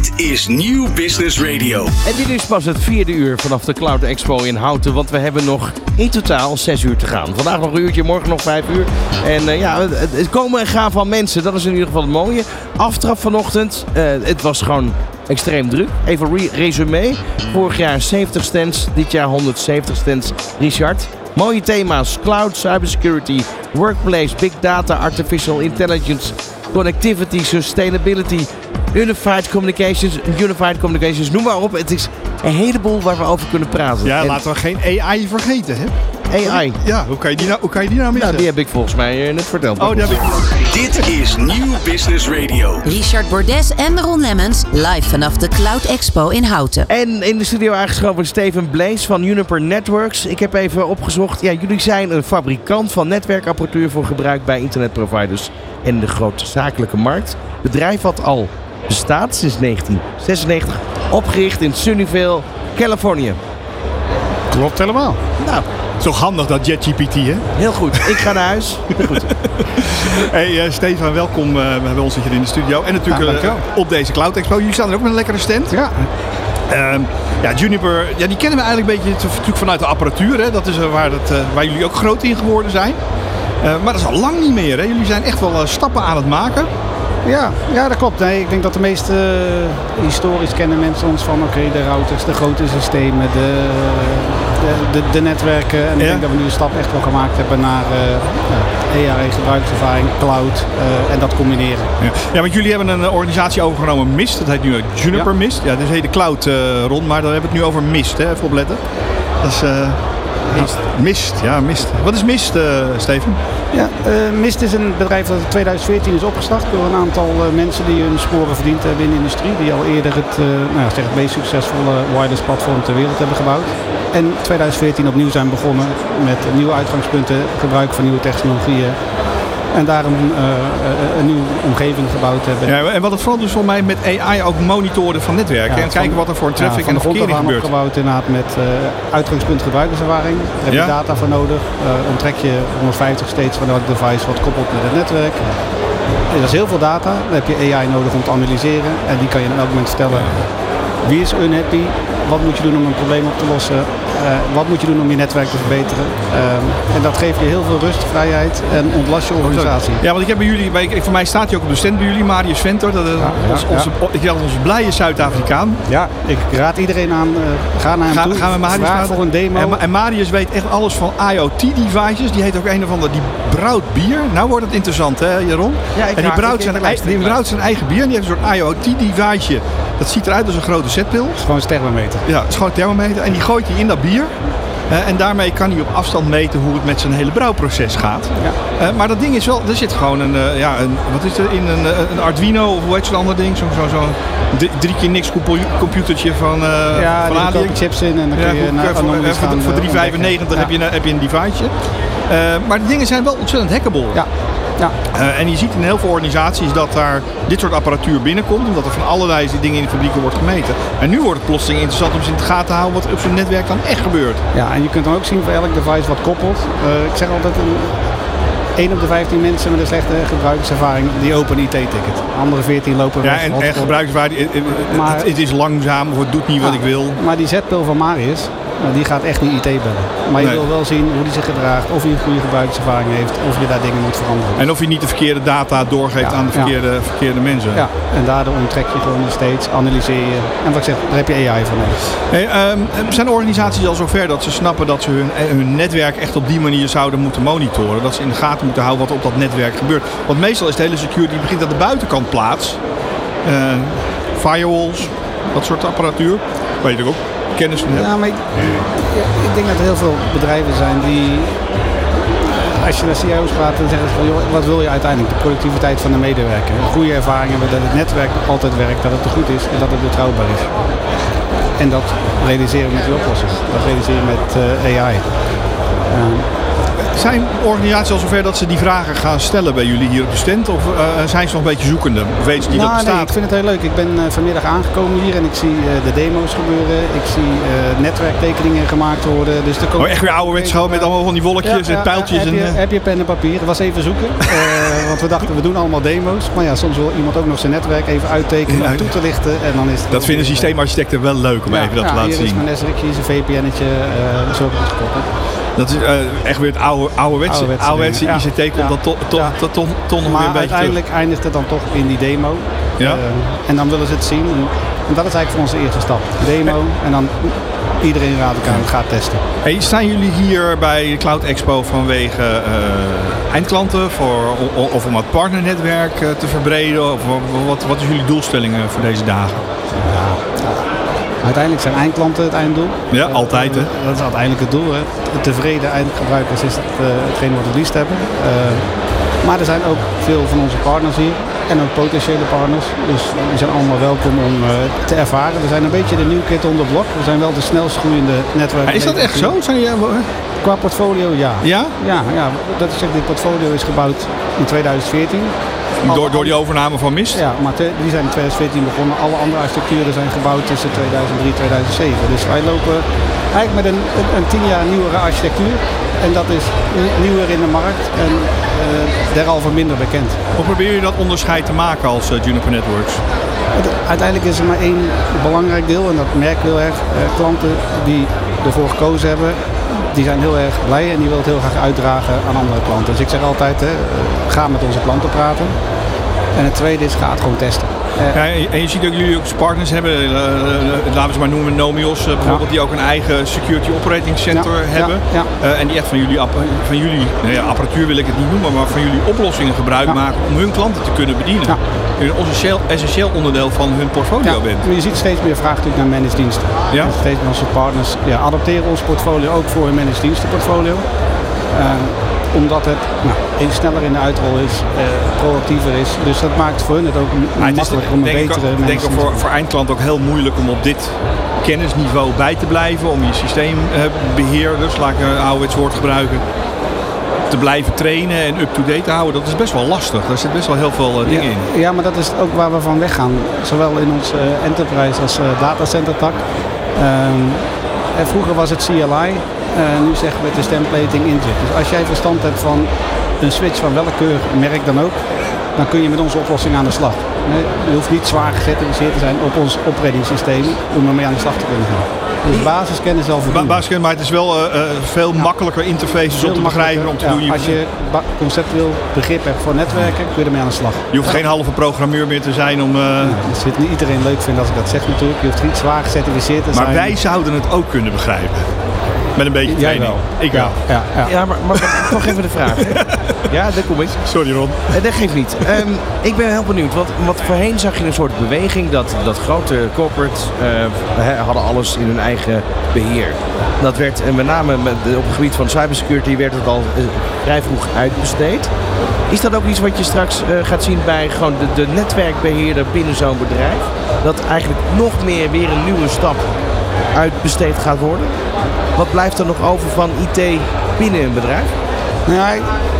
Dit is Nieuw Business Radio. En dit is pas het 4e uur vanaf de Cloud Expo in Houten. Want we hebben nog in totaal 6 uur te gaan. Vandaag nog een uurtje, morgen nog 5 uur. En het komen en gaan van mensen. Dat is in ieder geval het mooie. Aftrap vanochtend. Het was gewoon extreem druk. Even resume. Vorig jaar 70 stands. Dit jaar 170 stands. Richard. Mooie thema's. Cloud, cybersecurity, workplace, big data, artificial intelligence, connectivity, sustainability, unified communications, noem maar op. Het is een heleboel waar we over kunnen praten. Ja, laten we geen AI vergeten, hè? AI. Ja, hoe kan je die nou missen? Nou, die heb ik volgens mij net verteld. Oh, die heb ik. Dit is Nieuw Business Radio. Richard Bordes en Ron Lemmens live vanaf de Cloud Expo in Houten. En in de studio aangeschoven Steven Blaze van Juniper Networks. Ik heb even opgezocht. Ja, jullie zijn een fabrikant van netwerkapparatuur voor gebruik bij internetproviders en de grote zakelijke markt. Het bedrijf wat al bestaat sinds 1996. Opgericht in Sunnyvale, Californië. Klopt helemaal. Nou, zo handig dat JetGPT, hè? heel goed. Ik ga naar huis. Heel goed. Hey Stefan, welkom. We hebben ons hier in de studio. En natuurlijk op deze Cloud Expo. Jullie staan er ook met een lekkere stand. Ja. Juniper, die kennen we eigenlijk een beetje natuurlijk vanuit de apparatuur. Hè? Dat is waar jullie ook groot in geworden zijn. Maar dat is al lang niet meer. Hè? Jullie zijn echt wel stappen aan het maken. Ja, dat klopt. Nee, ik denk dat de meeste historisch kennen mensen ons van de routers, de grote systemen, de netwerken. En ik denk dat we nu een stap echt wel gemaakt hebben naar AI, gebruikservaring, cloud en dat combineren. Ja, want jullie hebben een organisatie overgenomen, Mist. Dat heet nu Juniper Mist. Ja, dus heet de cloud rond, maar dan hebben we het nu over Mist, hè? Even opletten. Dat is... Mist. Wat is Mist, Steven? Ja, Mist is een bedrijf dat in 2014 is opgestart door een aantal mensen die hun sporen verdiend hebben in de industrie. Die al eerder het meest succesvolle wireless platform ter wereld hebben gebouwd. En 2014 opnieuw zijn begonnen met nieuwe uitgangspunten, gebruik van nieuwe technologieën. En daarom een nieuwe omgeving gebouwd hebben. Ja, en wat het vooral dus voor mij met AI ook monitoren van netwerken. En kijken wat er voor een traffic en de verkeering gebeurt. Opgebouwd inderdaad met uitgangspunt gebruikerservaring. Daar heb je data voor nodig. Onttrek je 150 steeds van elk device wat koppelt met het netwerk. Er is heel veel data. Dan heb je AI nodig om te analyseren. En die kan je op elk moment vertellen. Wie is unhappy? Wat moet je doen om een probleem op te lossen? Wat moet je doen om je netwerk te verbeteren? En dat geeft je heel veel rust, vrijheid en ontlast je organisatie. Ja, want ik heb bij jullie, voor mij staat hij ook op de stand bij jullie, Marius Ventor. Dat is onze blije Zuid-Afrikaan. Ja, ik raad iedereen aan, ga naar hem toe. Gaan we Marius vraag voor een demo. En Marius weet echt alles van IoT-devices. Die heet ook een of ander, die brouwt bier. Nou wordt het interessant, hè Jeroen? Ja, en die brouwt zijn eigen bier. En die heeft een soort IoT-device. Dat ziet eruit als een grote zetpil. Het is gewoon een thermometer. Ja, het is gewoon een thermometer. En die gooit hij in dat bier. En daarmee kan hij op afstand meten hoe het met zijn hele brouwproces gaat. Ja. Maar dat ding is wel, er zit gewoon wat is er in een Arduino of hoe heet zo'n ander ding? Zo'n 3 keer niks computertje van er chips in en dan kun je voor $3,95 heb je een deviceje. Maar de dingen zijn wel ontzettend hackable. Ja. Ja. En je ziet in heel veel organisaties dat daar dit soort apparatuur binnenkomt. Omdat er van allerlei dingen in de fabrieken wordt gemeten. En nu wordt het plotseling interessant om eens in de gaten te houden wat er op zo'n netwerk dan echt gebeurt. Ja, en je kunt dan ook zien voor elk device wat koppelt. Ik zeg altijd, 1 op de 15 mensen met een slechte gebruikerservaring die open IT-ticket. Andere 14 lopen weg. Ja, en gebruikerservaring, het is langzaam of het doet niet wat ik wil. Maar die zetpil van Marius, die gaat echt niet IT bellen. Maar je wil wel zien hoe die zich gedraagt, of hij een goede gebruikservaring heeft, of je daar dingen moet veranderen. En of je niet de verkeerde data doorgeeft aan de verkeerde mensen. Ja, en daardoor onttrek je gewoon steeds, analyseer je. En wat ik zeg, daar heb je AI voor nodig. Zijn organisaties al zover dat ze snappen dat ze hun netwerk echt op die manier zouden moeten monitoren? Dat ze in de gaten moeten houden wat op dat netwerk gebeurt? Want meestal is de hele security begint aan de buitenkant plaats. Firewalls, dat soort apparatuur. Weet je ook. Kennis van ja, maar ik denk dat er heel veel bedrijven zijn die, als je naar CIO's praat, dan zeggen ze van, joh, wat wil je uiteindelijk? De productiviteit van de medewerker. Een goede ervaring hebben dat het netwerk altijd werkt, dat het te goed is en dat het betrouwbaar is. En dat realiseren we met die oplossing. Dat realiseren we met AI. Zijn organisaties al zover dat ze die vragen gaan stellen bij jullie hier op de stand? Of zijn ze nog een beetje zoekende? Of weten ze niet dat bestaat? Nee, ik vind het heel leuk. Ik ben vanmiddag aangekomen hier en ik zie de demo's gebeuren. Ik zie netwerktekeningen gemaakt worden. Dus er komt echt weer ouderwets gewoon met allemaal van die wolkjes en pijltjes. Heb je pen en papier? Het was even zoeken. Want we dachten, we doen allemaal demo's. Maar ja, soms wil iemand ook nog zijn netwerk even uittekenen, toe te lichten. En dan is het dat vinden systeemarchitecten wel leuk om even dat te laten zien. Hier is mijn SRX, een VPN'tje, zo heb ik het gekoppeld. Dat is echt weer het ouderwetse ICT komt dat toch nog weer een beetje uiteindelijk terug. eindigt het dan toch in die demo. Ja. En dan willen ze het zien. En dat is eigenlijk voor onze eerste stap. Demo en dan iedereen gaat testen. Hey, staan jullie hier bij de Cloud Expo vanwege eindklanten of om het partnernetwerk te verbreden? Of wat is jullie doelstellingen voor deze dagen? Uiteindelijk zijn eindklanten het einddoel. Ja, altijd hè? Dat is uiteindelijk het doel. Hè. Tevreden eindgebruikers is hetgeen wat we het liefst hebben. Maar er zijn ook veel van onze partners hier. En ook potentiële partners. Dus die zijn allemaal welkom om te ervaren. We zijn een beetje de new kid on the block. We zijn wel de snelst groeiende netwerk. Is dat echt zo? Qua portfolio, ja. Ja? Ja. Dit portfolio is gebouwd in 2014. Door die overname van Mist? Ja, maar die zijn in 2014 begonnen. Alle andere architecturen zijn gebouwd tussen 2003 en 2007. Dus wij lopen eigenlijk met een 10 jaar nieuwere architectuur. En dat is nieuwer in de markt en derhalve minder bekend. Hoe probeer je dat onderscheid te maken als Juniper Networks? Uiteindelijk is er maar één belangrijk deel en dat merken we heel erg. Klanten die ervoor gekozen hebben, die zijn heel erg blij en die willen het heel graag uitdragen aan andere klanten. Dus ik zeg altijd, ga met onze klanten praten. En het tweede is, ga het gewoon testen. En je ziet ook jullie ook partners hebben, laten we ze maar noemen Nomios bijvoorbeeld, die ook een eigen security operating center hebben. En die echt van jullie apparatuur wil ik het niet noemen, maar van jullie oplossingen gebruik maken om hun klanten te kunnen bedienen. Een essentieel onderdeel van hun portfolio bent. Maar je ziet steeds meer vraag natuurlijk naar managed diensten. Ja? Dus steeds meer onze partners adopteren ons portfolio ook voor hun managed diensten portfolio. Omdat het sneller in de uitrol is, proactiever is. Dus dat maakt voor hun het ook makkelijker om een betere Ik denk voor eindklant ook heel moeilijk om op dit kennisniveau bij te blijven. Om je systeembeheerders, laat ik een ouderwets woord gebruiken, te blijven trainen en up-to-date te houden. Dat is best wel lastig. Daar zit best wel heel veel dingen in. Ja, maar dat is ook waar we van weggaan. Zowel in ons enterprise als datacenter tak. Vroeger was het CLI. Nu zeggen we het is templating inzet. Dus als jij verstand hebt van een switch van welk merk dan ook, dan kun je met onze oplossing aan de slag. Je hoeft niet zwaar gecertificeerd te zijn op ons operating-systeem om ermee aan de slag te kunnen gaan. Dus basiskennis al voldoende. Basiskennis, maar het is wel veel makkelijker interfaces om te begrijpen, om te doen. Als je conceptueel begrip hebt voor netwerken, kun je ermee aan de slag. Je hoeft geen halve programmeur meer te zijn om... Dat zit niet iedereen leuk vinden als ik dat zeg natuurlijk. Je hoeft niet zwaar gecertificeerd te zijn. Maar wij zouden het ook kunnen begrijpen. Met een beetje training. Jij wel. Ik wel. Ja, maar toch even de vraag. Hè? Ja, daar kom ik. Sorry Ron. Dat geeft niet. Ik ben heel benieuwd. Want voorheen zag je een soort beweging dat grote corporates hadden alles in hun eigen beheer. Dat werd, en met name op het gebied van cybersecurity, werd het al vrij vroeg uitbesteed. Is dat ook iets wat je straks gaat zien bij gewoon de netwerkbeheerder binnen zo'n bedrijf? Dat eigenlijk nog meer weer een nieuwe stap uitbesteed gaat worden? Wat blijft er nog over van IT binnen een bedrijf? Nou,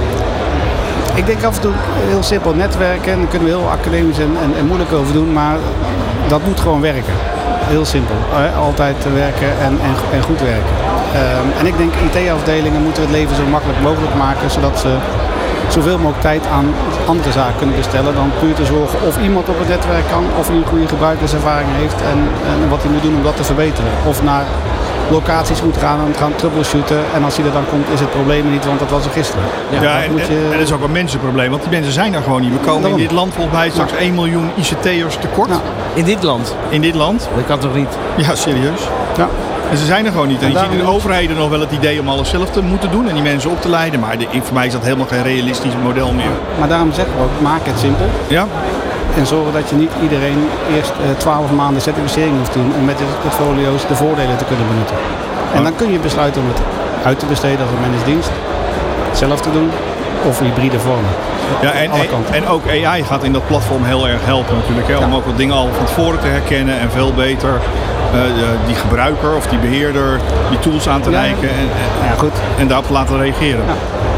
ik denk af en toe heel simpel netwerken. En daar kunnen we heel academisch en moeilijk over doen. Maar dat moet gewoon werken. Heel simpel. Altijd werken en goed werken. En ik denk IT-afdelingen moeten het leven zo makkelijk mogelijk maken. Zodat ze zoveel mogelijk tijd aan andere zaken kunnen bestellen. Dan puur te zorgen of iemand op het netwerk kan. Of hij een goede gebruikerservaring heeft. En wat hij moet doen om dat te verbeteren. Of naar locaties moet gaan en gaan troubleshooten. En als hij er dan komt, is het probleem er niet, want dat was er gisteren. En dat is ook een mensenprobleem, want die mensen zijn er gewoon niet. We komen in dit land volgens mij straks 1 miljoen ICT'ers tekort. Ja. In dit land? In dit land. Dat kan toch niet? Ja, serieus. Ja. En ze zijn er gewoon niet. En je ziet in de overheden nog wel het idee om alles zelf te moeten doen en die mensen op te leiden. Maar voor mij is dat helemaal geen realistisch model meer. Maar daarom zeggen we ook, maak het simpel. Ja. En zorgen dat je niet iedereen eerst 12 maanden certificering hoeft te doen om met de portfolio's de voordelen te kunnen benutten. En dan kun je besluiten om het uit te besteden als een managed dienst, zelf te doen of hybride vormen. Ja, en ook AI gaat in dat platform heel erg helpen natuurlijk. Hè, om ook wat dingen al van tevoren te herkennen en veel beter die gebruiker of die beheerder die tools aan te reiken en daarop te laten reageren. Ja.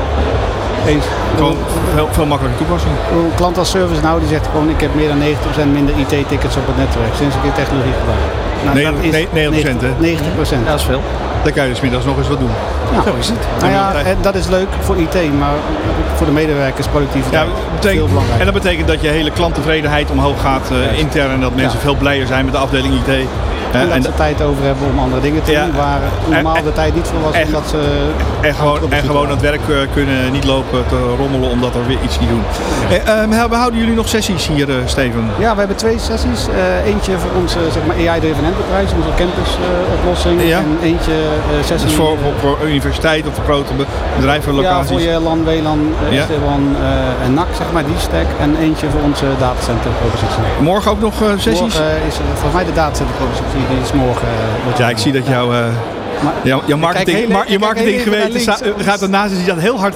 Eens. Gewoon veel makkelijke toepassing. Een klant als service nou, die zegt gewoon, ik heb meer dan 90% minder IT-tickets op het netwerk sinds ik die technologie gebruik. Nou, Nee, dat is 90%, hè? 90%. Ja, dat is veel. Dan kan je dus middags nog eens wat doen. Ja. Zo is het. Nou ja, dat is leuk voor IT, maar voor de medewerkers productiviteit veel belangrijk. En dat betekent dat je hele klanttevredenheid omhoog gaat intern. En dat mensen veel blijer zijn met de afdeling IT. En dat ze tijd over hebben om andere dingen te doen waar normaal de tijd niet voor was. Omdat ze en gewoon aan het werk kunnen niet lopen te rommelen omdat er weer iets niet doen. Houden jullie nog sessies hier, Steven? Ja, we hebben 2 sessies. Eentje voor onze AI-driven enterprise, onze campus oplossing. Ja. En eentje sessie... Dus voor universiteit of voor grote bedrijven, locaties? Ja, voor je LAN, WLAN, SD-WAN en NAC, zeg maar, die stack. En eentje voor onze datacenter propositie. Morgen ook nog sessies? Morgen is volgens mij de datacenter propositie. Die is morgen. Ja, ik zie dat jouw marketing geweten gaat ernaast. Dus je had heel hard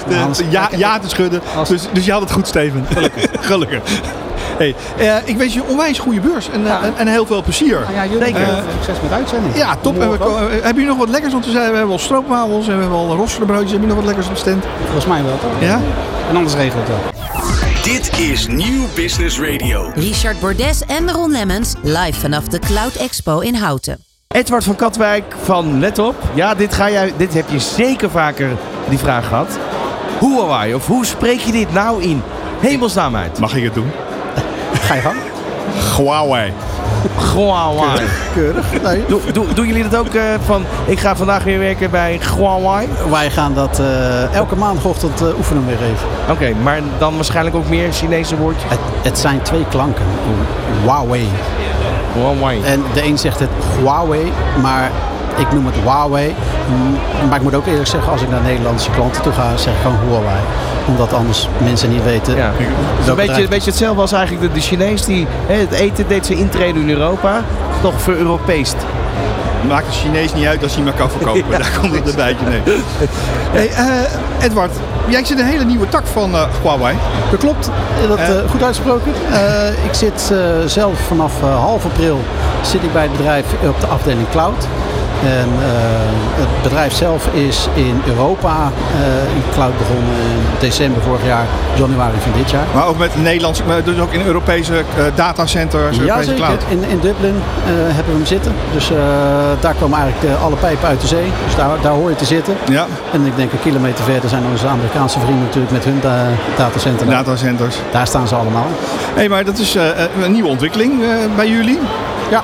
ja te schudden. Dus je had het goed, Steven. Gelukkig. Hey, ik wens je een onwijs goede beurs en heel veel plezier. Ja, jullie succes met uitzending. Ja, top. Hebben jullie nog wat lekkers om te zeggen? We hebben al stroopwafels en we hebben al roosterbroodjes. Heb je nog wat lekkers op de stand? Volgens mij wel, toch? Ja? En anders regelt het wel. Dit is Nieuw Business Radio. Richard Bordes en Ron Lemmens live vanaf de Cloud Expo in Houten. Edward van Katwijk van Let Op. Ja, dit heb je zeker vaker die vraag gehad. Huawei, of hoe spreek je dit nou in hemelsnaam uit? Mag ik het doen? Ga je gang? Huawei. Huawei. Keurig. Nee. Doen jullie dat ook van, ik ga vandaag weer werken bij Huawei? Wij gaan dat elke maandagochtend oefenen weer even. Oké, maar dan waarschijnlijk ook meer Chinese woordjes? Het zijn 2 klanken. Huawei. Huawei. En de een zegt het Huawei, maar ik noem het Huawei. Maar ik moet ook eerlijk zeggen, als ik naar Nederlandse klanten toe ga, zeg ik gewoon Huawei. Omdat anders mensen niet weten. Ja. Een beetje hetzelfde als eigenlijk de Chinees die het eten deed zijn intrede in Europa. Toch voor Europees. Maakt de Chinees niet uit als hij maar kan verkopen. Ja. Daar komt het een beetje mee. Hey, Edward, jij zit een hele nieuwe tak van Huawei. Dat klopt. Dat goed uitgesproken. Ik zit zelf vanaf half april zit ik bij het bedrijf op de afdeling Cloud. En het bedrijf zelf is in Europa in cloud begonnen in december vorig jaar, januari van dit jaar. Maar ook met Nederlands, dus ook in Europese datacenters, Europese cloud? In Dublin hebben we hem zitten. Dus daar komen eigenlijk alle pijpen uit de zee. Dus daar hoor je te zitten. Ja. En ik denk een kilometer verder zijn onze Amerikaanse vrienden natuurlijk met hun datacenters. Daar staan ze allemaal. Hey, maar dat is een nieuwe ontwikkeling bij jullie. Ja.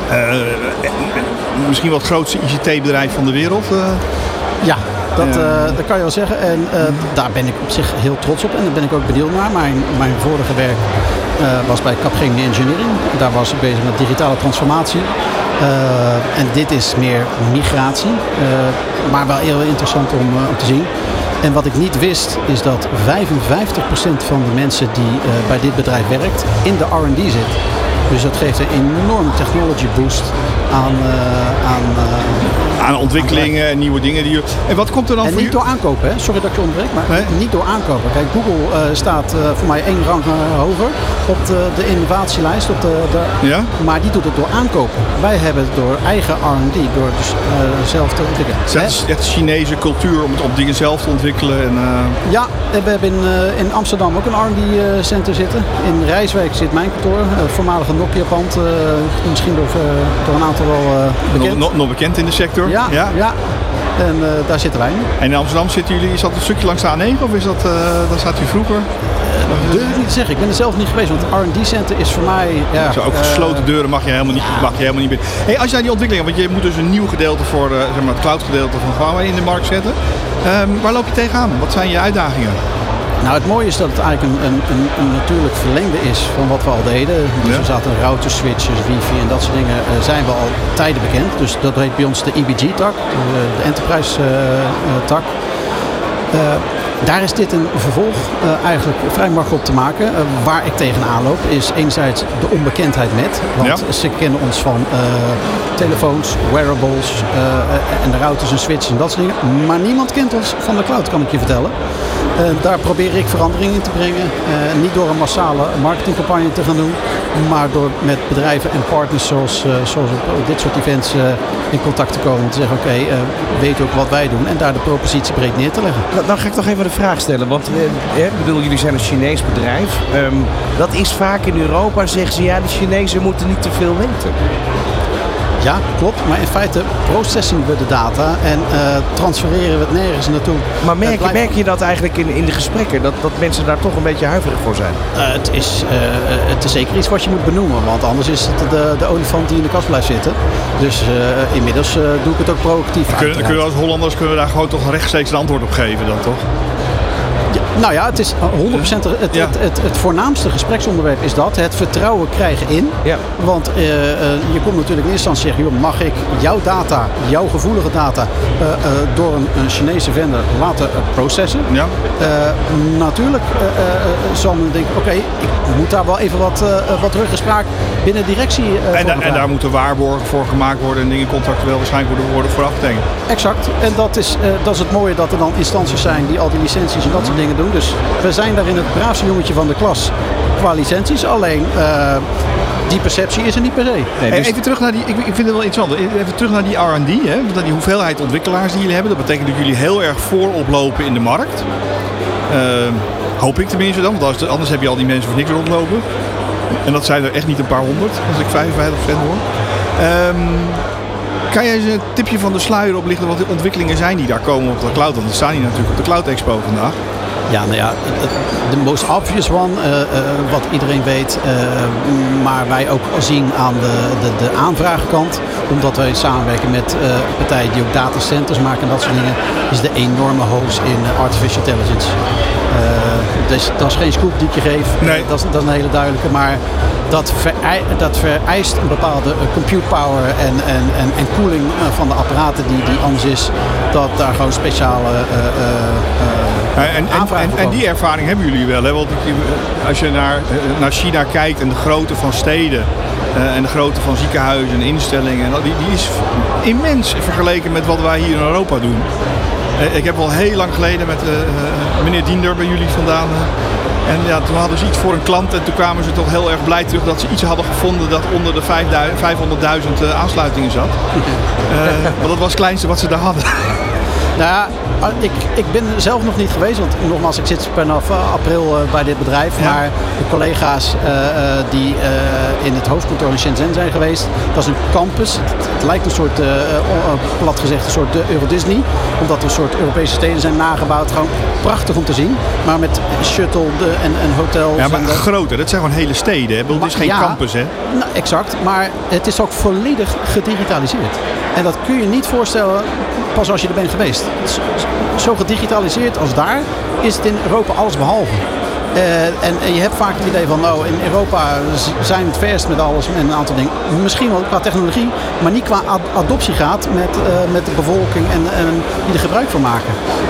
Misschien wel het grootste ICT-bedrijf van de wereld. Ja, dat kan je wel zeggen. En daar ben ik op zich heel trots op. En daar ben ik ook benieuwd naar. Mijn vorige werk was bij Capgemini Engineering. Daar was ik bezig met digitale transformatie. En dit is meer migratie. Maar wel heel interessant om te zien. En wat ik niet wist is dat 55% van de mensen die bij dit bedrijf werkt in de R&D zit. Dus dat geeft een enorm technology boost aan ontwikkelingen en nieuwe dingen. En wat komt er dan en voor niet door aankopen, hè? Sorry dat ik je ontbreek, maar niet door aankopen. Kijk, Google staat voor mij 1 rang hoger op de innovatielijst. Ja? Maar die doet het door aankopen. Wij hebben het door eigen R&D, door zelf te ontwikkelen. Het is echt Chinese cultuur om dingen zelf te ontwikkelen. Ja, en we hebben in Amsterdam ook een R&D center zitten. In Rijswijk zit mijn kantoor, voormalige Nokia-pand. Misschien door een aantal wel bekend. Nog bekend in de sector. Ja. En daar zitten wij nu. En in Amsterdam zitten jullie, is dat een stukje langs de A9 of is dat, daar staat u vroeger? Dat durf ik niet te zeggen. Ik ben er zelf niet geweest, want het R&D center is voor mij... Ja, zo, ook gesloten deuren mag je helemaal niet binnen. Hey, als jij die ontwikkelingen, want je moet dus een nieuw gedeelte voor zeg maar het cloud gedeelte van Huawei in de markt zetten. Waar loop je tegenaan? Wat zijn je uitdagingen? Nou, het mooie is dat het eigenlijk een natuurlijk verlengde is van wat we al deden. Dus er zaten routers, switches, wifi en dat soort dingen zijn we al tijden bekend. Dus dat heet bij ons de EBG-tak, de Enterprise-tak. Daar is dit een vervolg eigenlijk vrij makkelijk op te maken. Waar ik tegenaan loop is enerzijds de onbekendheid met. Want ze kennen ons van telefoons, wearables en de routers en switches en dat soort dingen. Maar niemand kent ons van de cloud, kan ik je vertellen. Daar probeer ik verandering in te brengen. Niet door een massale marketingcampagne te gaan doen. Maar door met bedrijven en partners zoals op dit soort events in contact te komen. Om te zeggen, oké, weet ook wat wij doen. En daar de propositie breed neer te leggen. Dan ga ik toch even de vraag stellen. Want ik bedoel, jullie zijn een Chinees bedrijf. Dat is vaak in Europa, zeggen ze, ja, de Chinezen moeten niet te veel weten. Ja, klopt. Maar in feite processen we de data en transfereren we het nergens naartoe. Maar merk je dat eigenlijk in de gesprekken? Dat mensen daar toch een beetje huiverig voor zijn? Het is zeker iets wat je moet benoemen. Want anders is het de olifant die in de kast blijft zitten. Dus inmiddels doe ik het ook proactief. Kunnen we als Hollanders daar gewoon toch rechtstreeks een antwoord op geven dan toch? Nou ja, het is 100% het voornaamste gespreksonderwerp is dat. Het vertrouwen krijgen in. Ja. Want je komt natuurlijk in eerste instantie zeggen, joh, mag ik jouw data, jouw gevoelige data, door een Chinese vendor laten processen? Ja. Natuurlijk zal men denken, oké, ik moet daar wel even wat ruggespraak binnen de directie en daar moeten waarborgen voor gemaakt worden en dingen contractueel waarschijnlijk worden vooraf getekend. Exact. En dat is het mooie dat er dan instanties zijn die al die licenties en dat soort dingen doen. Dus we zijn daarin het braafste jongetje van de klas qua licenties. Alleen die perceptie is er niet per se. Nee, dus... Even terug naar die, ik vind het wel interessant. Even terug naar die R&D, hè? Naar die hoeveelheid ontwikkelaars die jullie hebben. Dat betekent dat jullie heel erg voorop lopen in de markt. Hoop ik tenminste dan, want anders heb je al die mensen voor niks rondlopen. En dat zijn er echt niet een paar honderd, als ik 55% hoor. Kan jij eens een tipje van de sluier oplichten wat de ontwikkelingen zijn die daar komen op de cloud? Want we staan hier natuurlijk op de Cloud Expo vandaag. Ja, nou ja, de most obvious one, wat iedereen weet, maar wij ook zien aan de aanvragenkant, omdat wij samenwerken met partijen die ook datacenters maken en dat soort dingen, is de enorme hoos in artificial intelligence. Dus dat is geen scoop die ik je geef, nee. Dat is een hele duidelijke, maar dat vereist een bepaalde compute power en koeling van de apparaten die anders is, dat daar gewoon speciale en die ervaring hebben jullie wel, hè? Want als je naar China kijkt en de grootte van steden en de grootte van ziekenhuizen en instellingen, die is immens vergeleken met wat wij hier in Europa doen. Ik heb al heel lang geleden met meneer Diender bij jullie vandaan. En ja, toen hadden ze iets voor een klant en toen kwamen ze toch heel erg blij terug dat ze iets hadden gevonden dat onder de 500.000 aansluitingen zat. Want dat was het kleinste wat ze daar hadden. Nou ja, ik ben zelf nog niet geweest, want nogmaals, ik zit vanaf april bij dit bedrijf. Ja. Maar de collega's die in het hoofdkantoor in Shenzhen zijn geweest, dat is een campus. Het lijkt een soort, plat gezegd, een soort Euro Disney. Omdat er een soort Europese steden zijn nagebouwd. Gewoon prachtig om te zien. Maar met shuttle en hotels. Ja, maar groter. Dat zijn gewoon hele steden. Hè? Het is geen campus, hè? Nou, exact. Maar het is ook volledig gedigitaliseerd. En dat kun je niet voorstellen pas als je er bent geweest. Zo gedigitaliseerd als daar is het in Europa alles behalve. En je hebt vaak het idee van, nou, in Europa zijn we het verst met alles en een aantal dingen. Misschien wel qua technologie, maar niet qua adoptiegraad met de bevolking en die er gebruik van maken.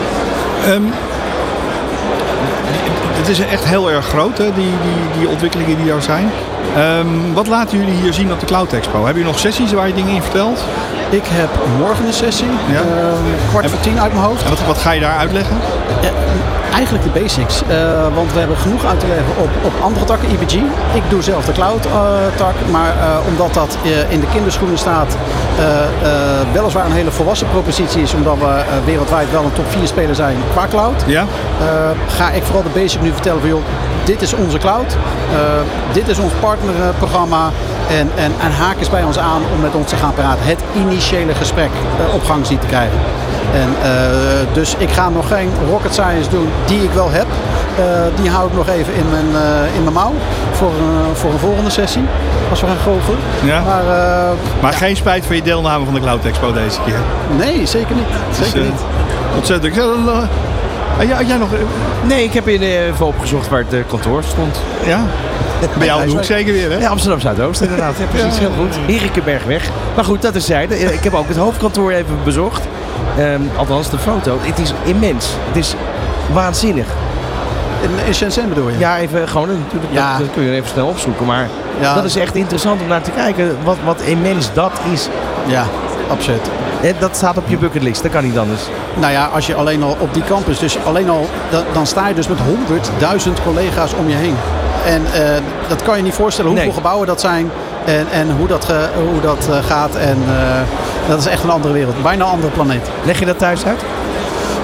Het is echt heel erg groot, hè, die ontwikkelingen die er zijn. Wat laten jullie hier zien op de Cloud Expo? Hebben jullie nog sessies waar je dingen in vertelt? Ik heb morgen een sessie, 9:15 uit mijn hoofd. En wat ga je daar uitleggen? Eigenlijk de basics, want we hebben genoeg uit te leggen op andere takken, EBG. Ik doe zelf de cloud tak, maar omdat dat in de kinderschoenen staat, weliswaar een hele volwassen propositie is, omdat we wereldwijd wel een top 4 speler zijn qua cloud, ga ik vooral de basic nu vertellen van, joh, dit is onze cloud, dit is ons partnerprogramma en haak eens bij ons aan om met ons te gaan praten. Het initiële gesprek op gang zien te krijgen. En dus ik ga nog geen rocket science doen die ik wel heb. Die hou ik nog even in mijn mouw voor een volgende sessie. Als we gaan goochelen. Ja. Maar geen spijt van je deelname van de Cloud Expo deze keer? Nee, zeker niet. Zeker niet. Ontzettend. Jij nog... Nee, ik heb even opgezocht waar het kantoor stond. Ja? Bij jou doe ik zeker weer, hè? Ja, Amsterdam Zuidoost inderdaad. Ja, precies, heel goed. Herikenbergweg. Maar goed, dat is zijde. Ik heb ook het hoofdkantoor even bezocht. Althans, de foto. Het is immens. Het is waanzinnig. In Shenzhen bedoel je? Ja, even gewoon natuurlijk. Ja. Dat kun je even snel opzoeken. Maar dat is echt interessant om naar te kijken. Wat immens dat is. Ja, absoluut. Dat staat op je bucketlist, dat kan niet anders. Nou ja, als je alleen al op die campus, dus alleen al, dan sta je dus met 100.000 collega's om je heen. En dat kan je niet voorstellen hoeveel gebouwen dat zijn en hoe dat gaat. En dat is echt een andere wereld, bijna een andere planeet. Leg je dat thuis uit?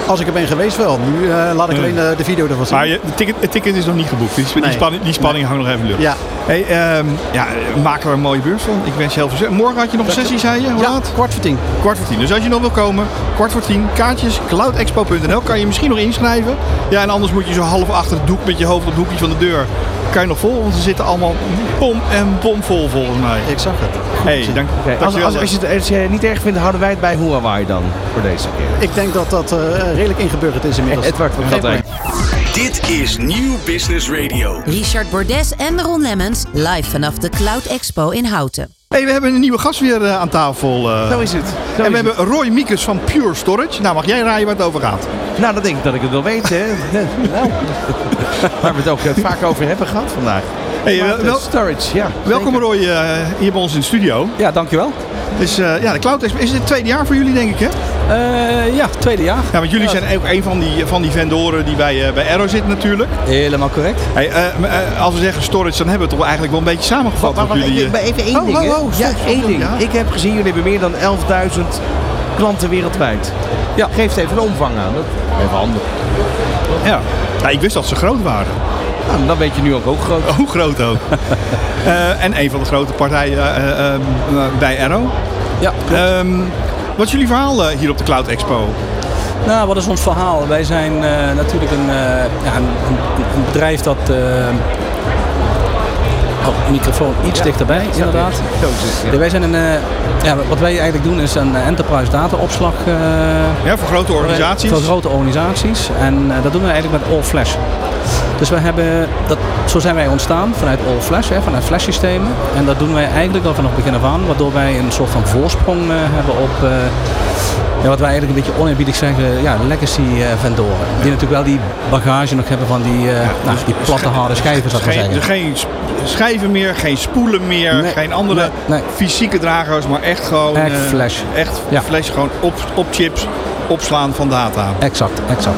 Als ik er ben geweest wel. Nu laat ik alleen de video ervan zien. Maar het ticket is nog niet geboekt. Die spanning hangt nog even lucht. Ja. Hey, maak er een mooie beurs van. Ik wens je heel veel succes. Morgen had je nog een sessie, zei je? Hoe laat? 9:45. 9:45. Dus als je nog wil komen, 9:45. Kaartjes, cloudexpo.nl. Kan je misschien nog inschrijven. Ja, en anders moet je zo half achter het doek met je hoofd op het hoekje van de deur. Kan je nog vol, want ze zitten allemaal pom en bomvol volgens mij. Ik zag het. Hey, dankjewel. Als je het niet erg vindt, houden wij het bij Hoe en Waar dan voor deze keer. Ik denk dat redelijk ingeburgerd is inmiddels. Edward van Katwijk. Dit is Nieuw Business Radio. Richard Bordes en Ron Lemmens live vanaf de Cloud Expo in Houten. Hey, we hebben een nieuwe gast weer aan tafel. Zo is het. En we hebben Roy Miekes van Pure Storage. Nou, mag jij raaien waar het over gaat? Nou, dan denk ik dat ik het wel weet, hè. Nou. Waar we het ook vaak over hebben gehad vandaag. Hey, storage, ja. Welkom Roy hier bij ons in de studio. Ja, dankjewel. Dus de Cloud Expo is het tweede jaar voor jullie, denk ik, hè? Ja, tweede jaar. Ja, want jullie zijn ook een van die vendoren die bij Arrow zitten natuurlijk. Helemaal correct. Hey, als we zeggen storage, dan hebben we het toch eigenlijk wel een beetje samengevat. Maar jullie, even één ding, hè? Ja, één ding. Ja. Ik heb gezien, jullie hebben meer dan 11.000 klanten wereldwijd. Ja. Geef even een omvang aan. Dat is even handig. Ja. Ik wist dat ze groot waren. Nou, dan weet je nu ook groot. Hoe groot ook. En een van de grote partijen bij Arrow. Ja, wat is jullie verhaal hier op de Cloud Expo? Nou, wat is ons verhaal? Wij zijn natuurlijk een bedrijf dat... microfoon iets dichterbij, inderdaad. Ja, wij zijn wat wij eigenlijk doen is een enterprise data opslag. Voor grote organisaties? Voor grote organisaties. En dat doen we eigenlijk met All Flash. Dus we hebben zo zijn wij ontstaan vanuit All Flash, vanuit Flash systemen. En dat doen wij eigenlijk al vanaf begin af aan, waardoor wij een soort van voorsprong hebben op wat wij eigenlijk een beetje oneerbiedig zeggen, legacy vendoren. Die natuurlijk wel die bagage nog hebben van die platte harde schijven, zou ik maar zeggen. Geen schijven meer, geen spoelen meer, geen andere fysieke dragers, maar echt gewoon... Echt Flash. Echt Flash, gewoon op chips, opslaan van data. Exact.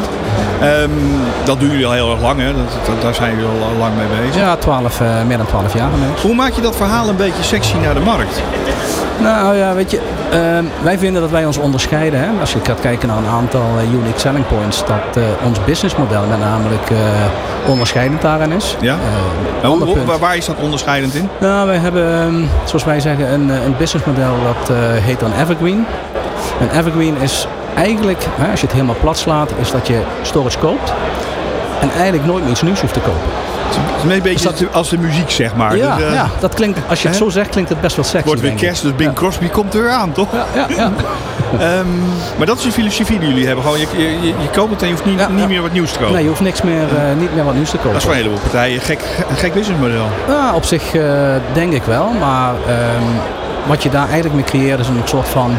Dat doen jullie al heel erg lang, hè? Daar zijn jullie al lang mee bezig. Ja, meer dan 12 jaar inmiddels. Hoe maak je dat verhaal een beetje sexy naar de markt? Nou ja, weet je, wij vinden dat wij ons onderscheiden. Hè? Als je gaat kijken naar een aantal unique selling points, dat ons businessmodel met namelijk onderscheidend daarin is. Ja? Waar is dat onderscheidend in? Nou, wij hebben, zoals wij zeggen, een businessmodel dat heet dan Evergreen. En Evergreen is eigenlijk, als je het helemaal plat slaat, is dat je storage koopt en eigenlijk nooit meer iets nieuws hoeft te kopen. Het is een beetje als de muziek, zeg maar. Ja, dus, dat klinkt, als je het zo zegt, klinkt het best wel sexy. Het wordt weer kerst, dus Bing Crosby komt er weer aan, toch? Ja. Maar dat is de filosofie die jullie hebben. Gewoon, je koopt het en je hoeft niet meer wat nieuws te kopen. Nee, je hoeft niet meer wat nieuws te kopen. Dat is voor een heleboel partijen een gek businessmodel. Nou, op zich denk ik wel. Maar wat je daar eigenlijk mee creëert is een soort van...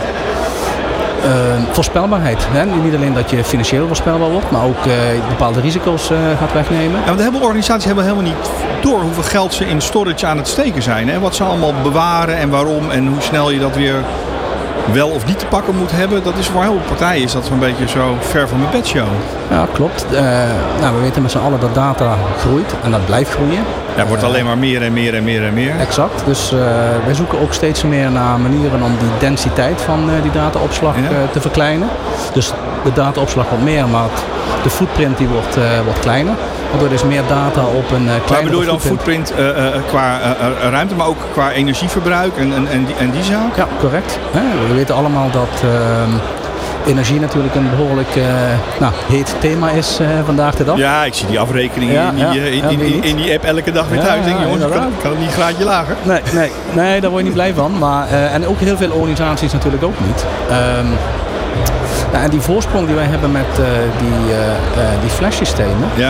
voorspelbaarheid. Hè? Niet alleen dat je financieel voorspelbaar wordt, maar ook bepaalde risico's gaat wegnemen. Ja, want heel veel organisaties hebben helemaal niet door hoeveel geld ze in storage aan het steken zijn. Hè? Wat ze allemaal bewaren en waarom en hoe snel je dat weer wel of niet te pakken moet hebben. Dat is voor heel veel partijen is dat zo'n beetje zo ver van mijn bedshow. Ja, klopt. We weten met z'n allen dat data groeit en dat blijft groeien. Ja, het wordt alleen maar meer en meer en meer en meer. Exact. Dus wij zoeken ook steeds meer naar manieren om die densiteit van die dataopslag te verkleinen. Dus de dataopslag wordt meer, maar de footprint die wordt kleiner. Waardoor dus meer data op een kleinere Maar bedoel je dan footprint qua ruimte, maar ook qua energieverbruik en die zaak? Ja, correct. We weten allemaal dat energie natuurlijk een behoorlijk heet thema is vandaag de dag. Ja, ik zie die afrekeningen in die app elke dag weer thuis. Denk, jongens, kan het niet een graadje lager? Nee, daar word je niet blij van. Maar, en ook heel veel organisaties natuurlijk ook niet. En die voorsprong die wij hebben met die flash-systemen. Ja.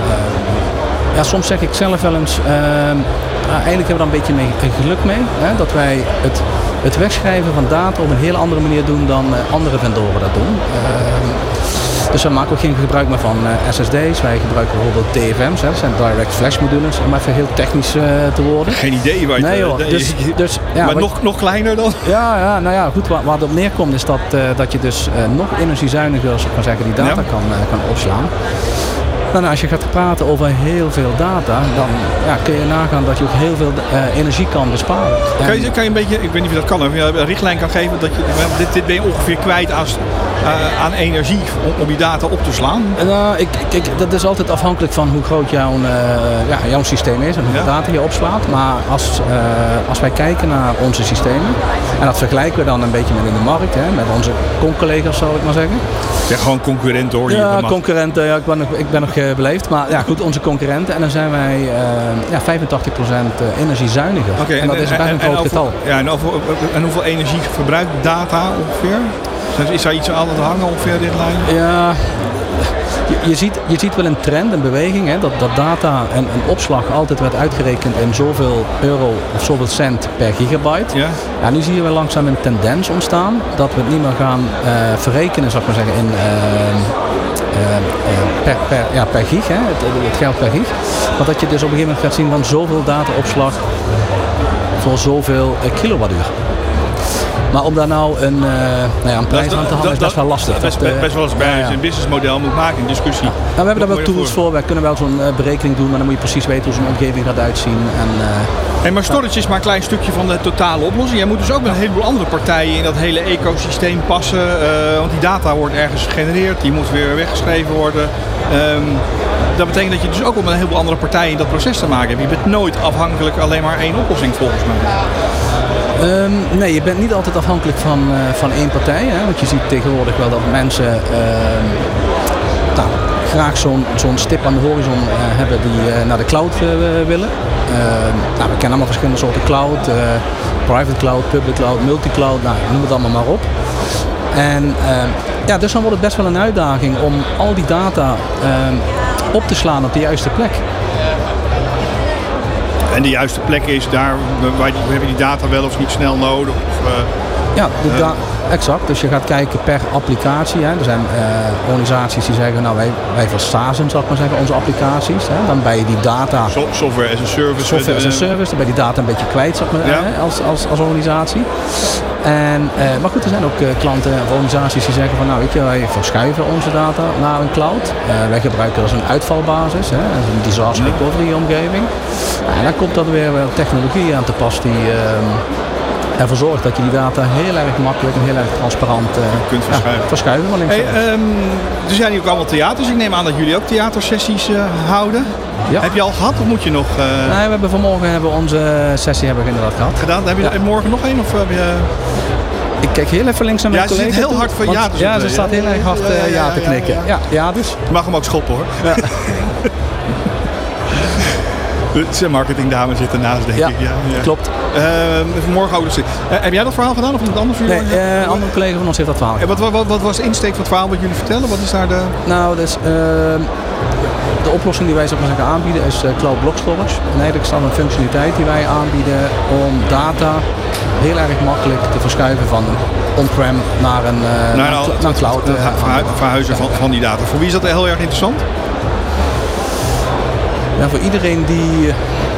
Soms zeg ik zelf wel eens, eigenlijk hebben we daar een beetje geluk mee. Hè, dat wij het wegschrijven van data op een heel andere manier doen dan andere vendoren dat doen. Dus we maken ook geen gebruik meer van SSD's. Wij gebruiken bijvoorbeeld DFM's. Dat zijn direct flash modules. Om even heel technisch te worden. Geen idee waar je nee, joh. Maar nog kleiner dan? Ja, goed. Waar het op neerkomt is dat je dus nog energiezuiniger, zou ik maar zeggen, die data kan opslaan. Nou, als je gaat praten over heel veel data, dan kun je nagaan dat je ook heel veel energie kan besparen. Kan je een beetje, ik weet niet of je dat kan, of je een richtlijn kan geven, dat je, dit ben je ongeveer kwijt aan energie om die data op te slaan? Kijk, dat is altijd afhankelijk van hoe groot jouw systeem is en hoeveel data je opslaat. Maar als wij kijken naar onze systemen, en dat vergelijken we dan een beetje met in de markt, met onze collega's zal ik maar zeggen. Ja, gewoon concurrenten hoor je. Ja, concurrenten, ja, ik ben nog beleefd. Maar ja, goed, onze concurrenten. En dan zijn wij 85% energiezuiniger. Okay, en dat is best een groot getal. Ja, en hoeveel energie verbruikt data ongeveer? Is daar iets aan het hangen ongeveer, richtlijn? Ja, je ziet wel een trend, een beweging. Hè, dat data en opslag altijd werd uitgerekend in zoveel euro of zoveel cent per gigabyte. Ja. Ja, nu zie je wel langzaam een tendens ontstaan. Dat we het niet meer gaan verrekenen, zou ik maar zeggen, in per gig. Hè, het geld per gig. Maar dat je dus op een gegeven moment gaat zien van zoveel dataopslag voor zoveel kilowattuur. Maar om daar nou een prijs aan te hangen is best wel lastig. Dat is best wel eens bij een businessmodel moet maken in discussie. Ja. Nou, we hebben daar wel tools voor. Wij kunnen wel zo'n berekening doen, maar dan moet je precies weten hoe zo'n omgeving gaat uitzien. Maar storage is maar een klein stukje van de totale oplossing. Jij moet dus ook met een heleboel andere partijen in dat hele ecosysteem passen. Want die data wordt ergens gegenereerd, die moet weer weggeschreven worden. Dat betekent dat je dus ook met een heleboel andere partijen in dat proces te maken hebt. Je bent nooit afhankelijk alleen maar één oplossing volgens mij. Nee, je bent niet altijd afhankelijk van één partij. Hè? Want je ziet tegenwoordig wel dat mensen graag zo'n stip aan de horizon hebben die naar de cloud willen. We kennen allemaal verschillende soorten cloud. Private cloud, public cloud, multicloud, noem het allemaal maar op. En dus dan wordt het best wel een uitdaging om al die data op te slaan op de juiste plek. En de juiste plek is daar, waar heb je die data wel of niet snel nodig? Exact. Dus je gaat kijken per applicatie. Hè. Er zijn organisaties die zeggen, nou wij versazen, zal ik maar zeggen, onze applicaties. Hè. Dan ben je die data... Software as a service. Software as a service, dan ben je die data een beetje kwijt, zal ik maar zeggen, als organisatie. Maar goed, er zijn ook klanten of organisaties die zeggen van, nou weet je, wij verschuiven onze data naar een cloud. Wij gebruiken dat als een uitvalbasis, hè, als een disaster recovery omgeving. En dan komt er weer technologie aan te pas die ervoor zorgt dat je die data heel erg makkelijk en heel erg transparant kunt verschuiven. Er zijn hier ook allemaal theaters. Ik neem aan dat jullie ook theatersessies houden. Ja. Heb je al gehad of moet je nog? Nee, we hebben vanmorgen onze sessie inderdaad gehad. Gedaan? Heb je morgen nog een? Of heb je... Ik kijk heel even links naar mijn collega. Ze zit heel hard voor ja te doen. Ja, ze staat heel erg hard ja te knikken. Ja, dus. Je mag hem ook schoppen hoor. Ja. De marketingdame zit ernaast, denk ik. Ja, klopt. Vanmorgen ook. Heb jij dat verhaal gedaan of iemand anders? Nee, een andere collega van ons heeft dat verhaal gedaan. Wat was de insteek van het verhaal wat jullie vertellen? Wat is daar de... Nou, dus, de oplossing die wij aanbieden is Cloud Block Storage. En eigenlijk is dat een functionaliteit die wij aanbieden om data heel erg makkelijk te verschuiven van on-prem naar een cloud. Verhuizen van die data. Voor wie is dat heel erg interessant? Ja, voor iedereen die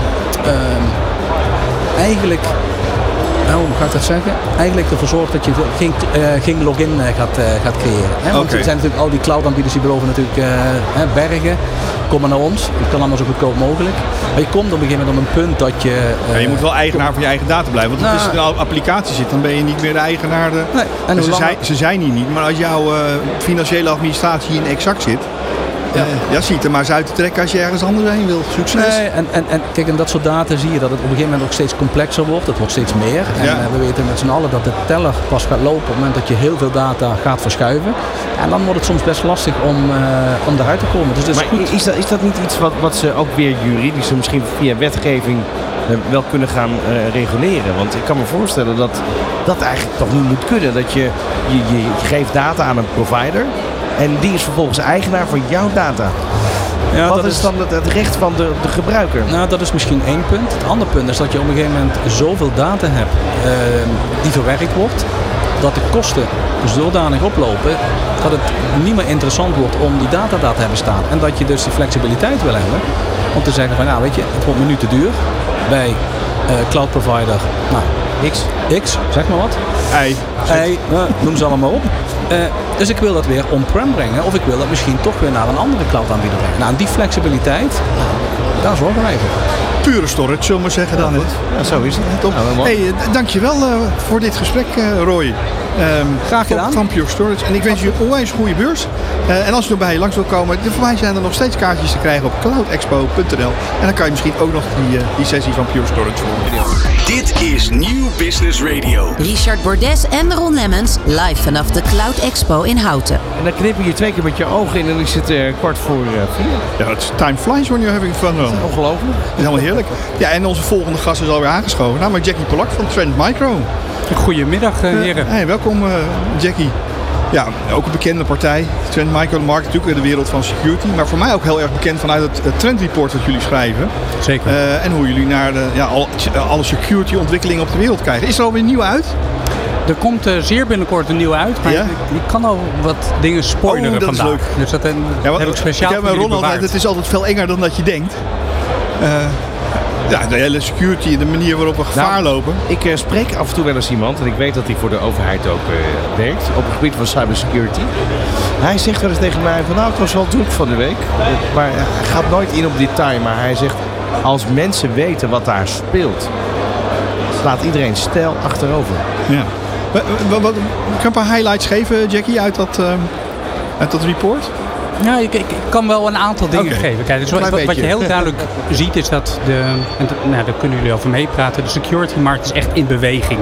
eigenlijk, hoe ga ik dat zeggen? Eigenlijk ervoor zorgt dat je geen login gaat creëren. Hè? Want er zijn natuurlijk al die cloud-aanbieders die beloven natuurlijk bergen. Kom maar naar ons. Het kan allemaal zo goedkoop mogelijk. Maar je komt op een gegeven moment op een punt dat je... je moet wel eigenaar van je eigen data blijven. Want als je in een applicatie zit, dan ben je niet meer de eigenaar. Nee. En ze zijn hier niet. Maar als jouw financiële administratie in Exact zit... zie het er maar eens uit te trekken als je ergens anders heen wilt. Succes. Nee, en kijk, in dat soort data zie je dat het op een gegeven moment ook steeds complexer wordt. Het wordt steeds meer. En we weten met z'n allen dat de teller pas gaat lopen op het moment dat je heel veel data gaat verschuiven. En dan wordt het soms best lastig om daaruit te komen. Dus maar is dat niet iets wat ze ook weer juridisch misschien via wetgeving wel kunnen gaan reguleren? Want ik kan me voorstellen dat dat eigenlijk toch niet moet kunnen. Dat je geeft data aan een provider. En die is vervolgens eigenaar van jouw data. Ja, wat is dan het recht van de gebruiker? Nou, dat is misschien één punt. Het andere punt is dat je op een gegeven moment zoveel data hebt die verwerkt wordt, dat de kosten zodanig oplopen dat het niet meer interessant wordt om die data daar te hebben staan. En dat je dus die flexibiliteit wil hebben om te zeggen van, nou weet je, het wordt me nu te duur bij cloud provider. Nou, X, zeg maar wat. Y, noem ze allemaal op. Dus ik wil dat weer on-prem brengen of ik wil dat misschien toch weer naar een andere cloud aanbieder brengen. Nou, en die flexibiliteit, daar zorgen wij voor. pure storage, zullen we maar zeggen dan. Ja, zo is het. Top. Hey, dankjewel voor dit gesprek, Roy. Graag gedaan. Van Pure Storage. En ik wens je onwijs goede beurs. En als je er bij je langs wil komen, voor mij zijn er nog steeds kaartjes te krijgen op cloudexpo.nl. En dan kan je misschien ook nog die sessie van Pure Storage volgen. Dit is Nieuw Business Radio. Richard Bordes en Ron Lemmens live vanaf de Cloud Expo in Houten. En dan knip je 2 keer met je ogen in en dan is het 3:15. Ja, time flies when you're having fun. Ongelooflijk. Dat is helemaal heerlijk. Ja, en onze volgende gast is alweer aangeschoven. Namelijk Jackie Polak van Trend Micro. Goedemiddag, heren. Hey, welkom Jackie. Ja, ook een bekende partij. Trend Micro markt natuurlijk in de wereld van security. Maar voor mij ook heel erg bekend vanuit het Trend Report dat jullie schrijven. Zeker. En hoe jullie naar alle security ontwikkelingen op de wereld kijken. Is er alweer een nieuwe uit? Er komt zeer binnenkort een nieuwe uit. Maar ik kan al wat dingen spoileren dat vandaag. Is leuk. Dus dat heb ik speciaal voor jullie bewaard. Het is altijd veel enger dan dat je denkt. Ja, de hele security, de manier waarop we gevaar lopen. Ik spreek af en toe wel eens iemand, en ik weet dat hij voor de overheid ook werkt, op het gebied van cybersecurity. Hij zegt wel eens tegen mij van, het was wel druk van de week. Maar hij gaat nooit in op detail, maar hij zegt, als mensen weten wat daar speelt, slaat iedereen stijl achterover. Ja. Kan je een paar highlights geven, Jackie, uit dat report? Ja, ik kan wel een aantal dingen geven. Kijk, dus wat je heel duidelijk ziet is dat daar kunnen jullie over meepraten, de security markt is echt in beweging.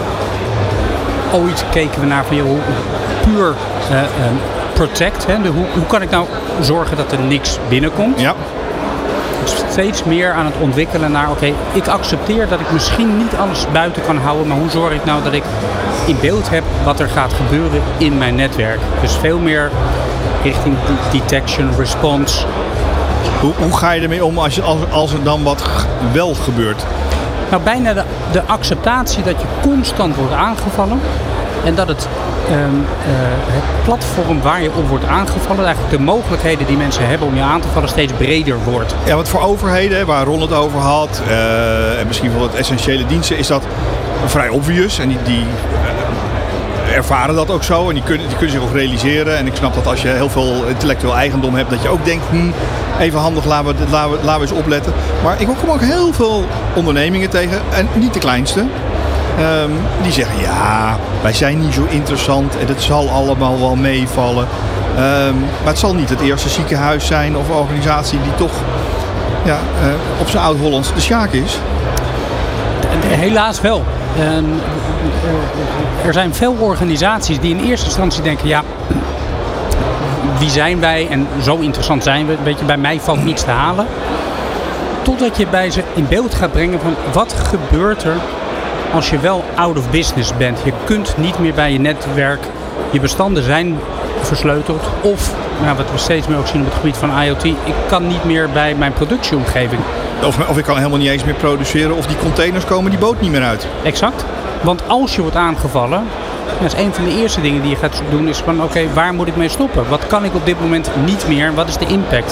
Ooit keken we naar van puur protect. Hè? Hoe kan ik nou zorgen dat er niks binnenkomt? Ja. Steeds meer aan het ontwikkelen naar ik accepteer dat ik misschien niet alles buiten kan houden, maar hoe zorg ik nou dat ik in beeld heb wat er gaat gebeuren in mijn netwerk? Dus veel meer richting detection, response. Hoe ga je ermee om als er dan wat wel gebeurt? Nou, bijna de acceptatie dat je constant wordt aangevallen en dat het platform waar je op wordt aangevallen, eigenlijk de mogelijkheden die mensen hebben om je aan te vallen steeds breder wordt. Ja, want voor overheden, waar Ron het over had, en misschien voor het essentiële diensten, is dat vrij obvious. En die ervaren dat ook zo en die kunnen zich ook realiseren. En ik snap dat als je heel veel intellectueel eigendom hebt, dat je ook denkt, even handig, laten we eens opletten. Maar ik kom ook heel veel ondernemingen tegen, en niet de kleinste, die zeggen, ja, wij zijn niet zo interessant en het zal allemaal wel meevallen. Maar het zal niet het eerste ziekenhuis zijn of organisatie die toch op zijn oud-Hollands de sjaak is. Helaas wel. Er zijn veel organisaties die in eerste instantie denken, ja, wie zijn wij en zo interessant zijn we. Weet je, bij mij valt niets te halen. Totdat je bij ze in beeld gaat brengen van wat gebeurt er als je wel out of business bent. Je kunt niet meer bij je netwerk, je bestanden zijn versleuteld. Of, wat we steeds meer ook zien op het gebied van IoT, ik kan niet meer bij mijn productieomgeving. Of ik kan helemaal niet eens meer produceren of die containers komen die boot niet meer uit. Exact. Want als je wordt aangevallen, dat is een van de eerste dingen die je gaat doen, is van waar moet ik mee stoppen? Wat kan ik op dit moment niet meer? Wat is de impact?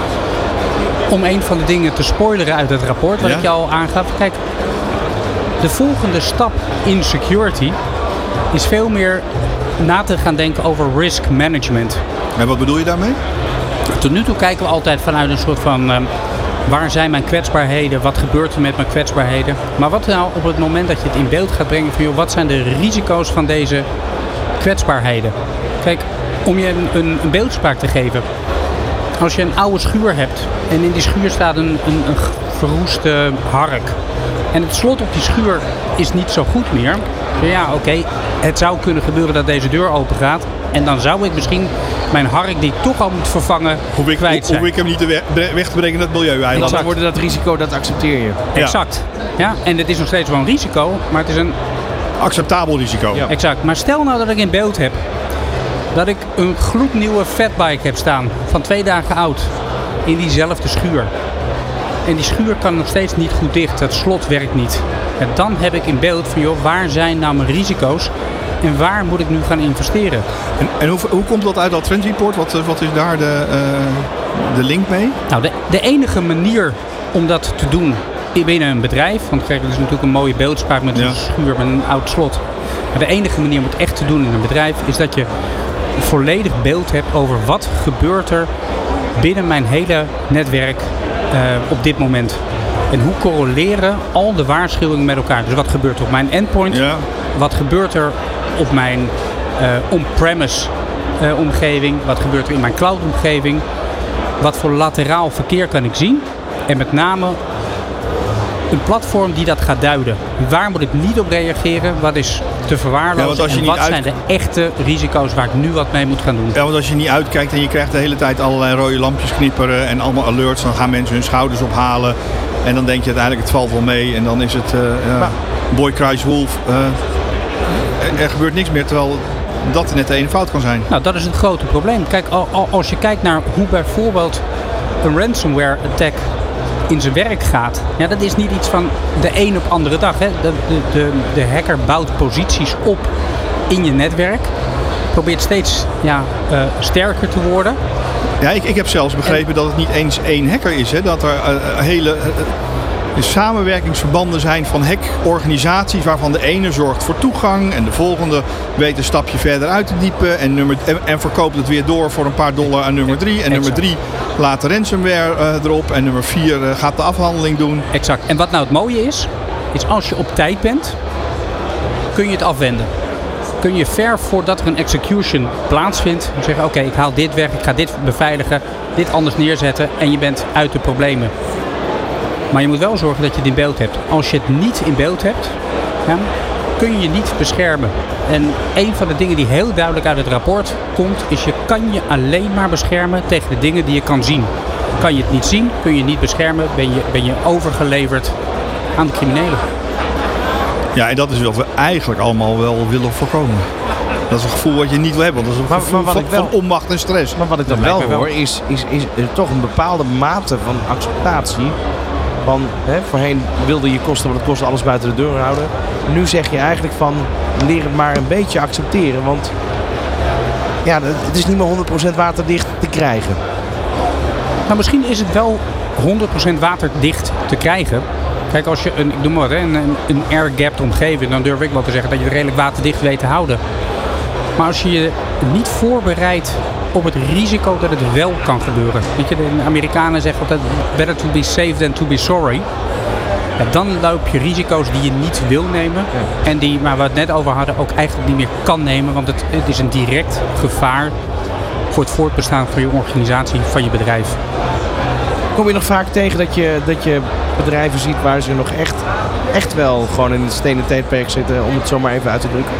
Om een van de dingen te spoileren uit het rapport, wat ik jou al aangaf. Kijk, de volgende stap in security is veel meer na te gaan denken over risk management. En wat bedoel je daarmee? Tot nu toe kijken we altijd vanuit een soort van waar zijn mijn kwetsbaarheden? Wat gebeurt er met mijn kwetsbaarheden? Maar wat nou op het moment dat je het in beeld gaat brengen van wat zijn de risico's van deze kwetsbaarheden? Kijk, om je een beeldspraak te geven. Als je een oude schuur hebt en in die schuur staat een verroeste hark. En het slot op die schuur is niet zo goed meer. Ja, het zou kunnen gebeuren dat deze deur open gaat. En dan zou ik misschien mijn hark die ik toch al moet vervangen kwijt zijn. Hoef ik hem niet weg te brengen in het milieu-eiland. Dan wordt dat risico, dat accepteer je. Exact. Ja, en het is nog steeds wel een risico, maar het is een acceptabel risico. Ja. Exact. Maar stel nou dat ik in beeld heb dat ik een gloednieuwe fatbike heb staan van 2 dagen oud in diezelfde schuur. En die schuur kan nog steeds niet goed dicht. Het slot werkt niet. En dan heb ik in beeld van waar zijn nou mijn risico's en waar moet ik nu gaan investeren? En hoe komt dat uit dat Trend Report? Wat is daar de link mee? Nou, de enige manier om dat te doen binnen een bedrijf, want kijk, dat is natuurlijk een mooie beeldspraak met een schuur met een oud slot. Maar de enige manier om het echt te doen in een bedrijf is dat je een volledig beeld hebt over wat gebeurt er binnen mijn hele netwerk op dit moment. En hoe correleren al de waarschuwingen met elkaar? Dus wat gebeurt er op mijn endpoint? Ja. Wat gebeurt er op mijn on-premise omgeving? Wat gebeurt er in mijn cloud omgeving? Wat voor lateraal verkeer kan ik zien? En met name een platform die dat gaat duiden. Waar moet ik niet op reageren? Wat is te verwaarlozen? En wat zijn de echte risico's waar ik nu wat mee moet gaan doen? Ja, want als je niet uitkijkt en je krijgt de hele tijd allerlei rode lampjes knipperen en allemaal alerts, dan gaan mensen hun schouders ophalen. En dan denk je uiteindelijk het valt wel mee. En dan is het boy cries wolf. Er gebeurt niks meer, terwijl dat net de ene fout kan zijn. Nou, dat is het grote probleem. Kijk, als je kijkt naar hoe bijvoorbeeld een ransomware attack in zijn werk gaat. Ja, dat is niet iets van de een op andere dag. Hè. De hacker bouwt posities op in je netwerk. Probeert steeds sterker te worden. Ja, ik heb zelfs begrepen dat het niet eens één hacker is. Hè. Dat er hele samenwerkingsverbanden zijn van hackorganisaties waarvan de ene zorgt voor toegang en de volgende weet een stapje verder uit te diepen en verkoopt het weer door voor een paar dollar aan nummer 3. En nummer 3 laat de ransomware erop en nummer 4 gaat de afhandeling doen. Exact. En wat nou het mooie is als je op tijd bent, kun je het afwenden. Kun je ver voordat er een execution plaatsvindt zeggen, oké, ik haal dit weg, ik ga dit beveiligen, dit anders neerzetten en je bent uit de problemen. Maar je moet wel zorgen dat je het in beeld hebt. Als je het niet in beeld hebt, kun je je niet beschermen. En een van de dingen die heel duidelijk uit het rapport komt, is je kan je alleen maar beschermen tegen de dingen die je kan zien. Kan je het niet zien, kun je je niet beschermen, ben je overgeleverd aan de criminelen. Ja, en dat is wat we eigenlijk allemaal wel willen voorkomen. Dat is een gevoel wat je niet wil hebben. Dat is een gevoel van onmacht en stress. Maar wat ik dan wel hoor, is toch een bepaalde mate van acceptatie. Van, voorheen wilde je kosten wat het kost alles buiten de deur houden. Nu zeg je eigenlijk van, leer het maar een beetje accepteren. Want ja, het is niet meer 100% waterdicht te krijgen. Nou, misschien is het wel 100% waterdicht te krijgen. Kijk, als je ik noem maar wat, een air-gapped omgeving, dan durf ik wel te zeggen dat je het redelijk waterdicht weet te houden. Maar als je je niet voorbereidt op het risico dat het wel kan gebeuren. Weet je, de Amerikanen zeggen altijd, better to be safe than to be sorry. Ja, dan loop je risico's die je niet wil nemen. Ja. En die, waar we het net over hadden, ook eigenlijk niet meer kan nemen. Want het is een direct gevaar voor het voortbestaan van je organisatie, van je bedrijf. Kom je nog vaak tegen dat je bedrijven ziet waar ze nog echt wel gewoon in het stenen tijdperk zitten, om het zo maar even uit te drukken?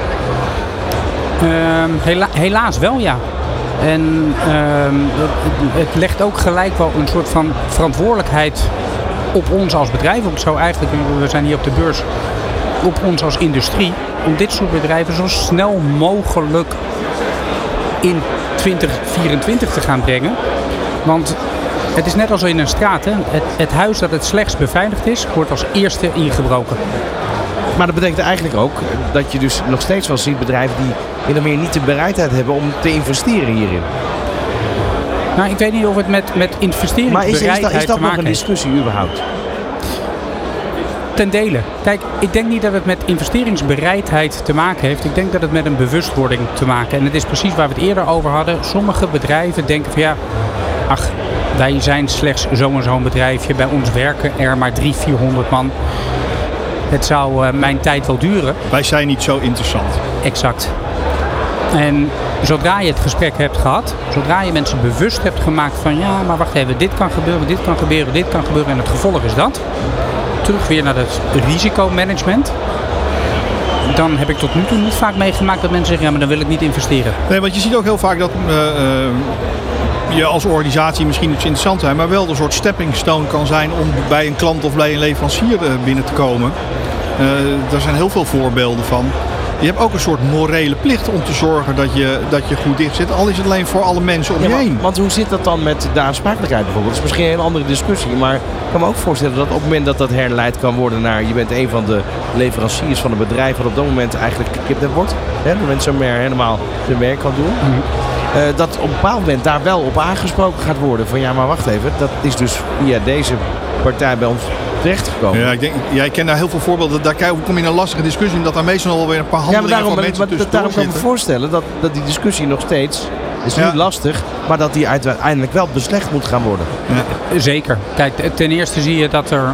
Helaas wel, ja. En het legt ook gelijk wel een soort van verantwoordelijkheid op ons als bedrijf. Ook zo eigenlijk, we zijn hier op de beurs, op ons als industrie, om dit soort bedrijven zo snel mogelijk in 2024 te gaan brengen. Want het is net als in een straat. Hè? Het huis dat het slechtst beveiligd is, wordt als eerste ingebroken. Maar dat betekent eigenlijk ook dat je dus nog steeds wel ziet bedrijven die in de meer niet de bereidheid hebben om te investeren hierin. Nou, ik weet niet of het met investeringsbereidheid te maken heeft. Maar is dat nog een discussie überhaupt? Ten dele. Kijk, ik denk niet dat het met investeringsbereidheid te maken heeft. Ik denk dat het met een bewustwording te maken heeft. En het is precies waar we het eerder over hadden. Sommige bedrijven denken van wij zijn slechts zo'n bedrijfje. Bij ons werken er maar 300-400 man. Het zou mijn tijd wel duren. Wij zijn niet zo interessant. Exact. En zodra je het gesprek hebt gehad, zodra je mensen bewust hebt gemaakt van maar wacht even, dit kan gebeuren, dit kan gebeuren, dit kan gebeuren en het gevolg is dat. Terug weer naar het risicomanagement. Dan heb ik tot nu toe niet vaak meegemaakt dat mensen zeggen, maar dan wil ik niet investeren. Nee, want je ziet ook heel vaak dat je als organisatie misschien iets interessant zijn, maar wel een soort stepping stone kan zijn om bij een klant of bij een leverancier binnen te komen. Daar zijn heel veel voorbeelden van. Je hebt ook een soort morele plicht om te zorgen dat je goed dicht zit. Al is het alleen voor alle mensen om je heen. Want hoe zit dat dan met de aansprakelijkheid bijvoorbeeld? Dat is misschien een andere discussie. Maar ik kan me ook voorstellen dat op het moment dat dat herleid kan worden naar je bent een van de leveranciers van een bedrijf wat op dat moment eigenlijk gekidnapt wordt. Hè, dat ransomware helemaal zijn werk kan doen. Mm-hmm. Dat op een bepaald moment daar wel op aangesproken gaat worden. Van maar wacht even, dat is dus via deze partij bij ons terechtgekomen. Ja, ik denk, jij kent daar heel veel voorbeelden. Daar kom je in een lastige discussie, omdat daar meestal alweer een paar handelingen van mensen tussendoor daarom kan ik me zitten. voorstellen dat die discussie nog steeds, is nu lastig, maar dat die uiteindelijk wel beslecht moet gaan worden. Ja. Zeker. Kijk, ten eerste zie je dat er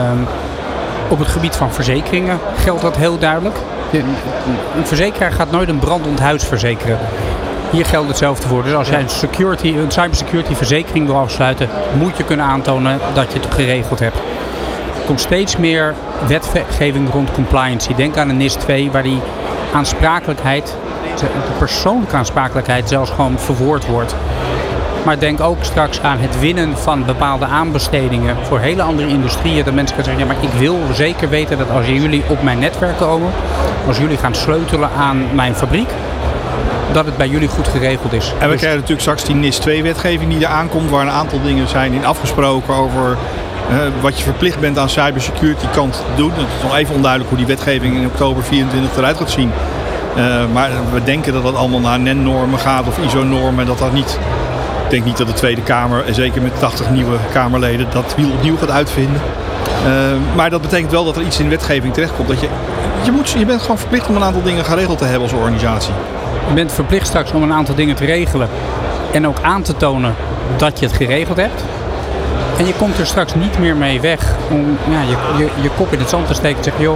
op het gebied van verzekeringen geldt dat heel duidelijk. Een verzekeraar gaat nooit een brandend huis verzekeren. Hier geldt hetzelfde voor. Dus als jij een cybersecurity verzekering wil afsluiten, moet je kunnen aantonen dat je het geregeld hebt. Er komt steeds meer wetgeving rond compliancy. Denk aan de NIS 2, waar die aansprakelijkheid, de persoonlijke aansprakelijkheid zelfs gewoon verwoord wordt. Maar denk ook straks aan het winnen van bepaalde aanbestedingen voor hele andere industrieën. Dat mensen gaan zeggen, ja, maar ik wil zeker weten dat als jullie op mijn netwerk komen, als jullie gaan sleutelen aan mijn fabriek, dat het bij jullie goed geregeld is. En we krijgen natuurlijk straks die NIS 2-wetgeving die er aankomt, waar een aantal dingen zijn in afgesproken over wat je verplicht bent aan cybersecurity kant te doen. Het is nog even onduidelijk hoe die wetgeving in oktober 24 eruit gaat zien. Maar we denken dat dat allemaal naar NEN-normen gaat of ISO-normen. Ik denk niet dat de Tweede Kamer, en zeker met 80 nieuwe Kamerleden, dat wiel opnieuw gaat uitvinden. Maar dat betekent wel dat er iets in de wetgeving terechtkomt. Dat je bent gewoon verplicht om een aantal dingen geregeld te hebben als organisatie. Je bent verplicht straks om een aantal dingen te regelen en ook aan te tonen dat je het geregeld hebt. En je komt er straks niet meer mee weg om je kop in het zand te steken en te zeggen, joh,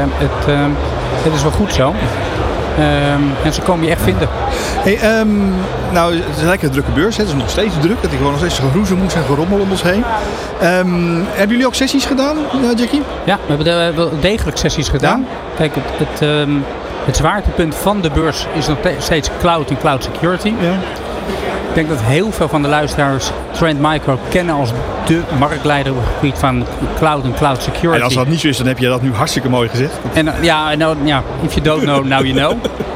het is wel goed zo. En ze komen je echt vinden. Hey, nou, het is eigenlijk een drukke beurs. Hè. Het is nog steeds druk. Het is gewoon nog steeds geroezemoes en gerommel om ons heen. Hebben jullie ook sessies gedaan, Jackie? Ja, we hebben wel degelijk sessies gedaan. Ja? Kijk, het zwaartepunt van de beurs is nog steeds cloud en cloud security. Ja. Ik denk dat heel veel van de luisteraars Trend Micro kennen als de marktleider op het gebied van cloud en cloud security. En als dat niet zo is, dan heb je dat nu hartstikke mooi gezegd. En if you don't know, now you know.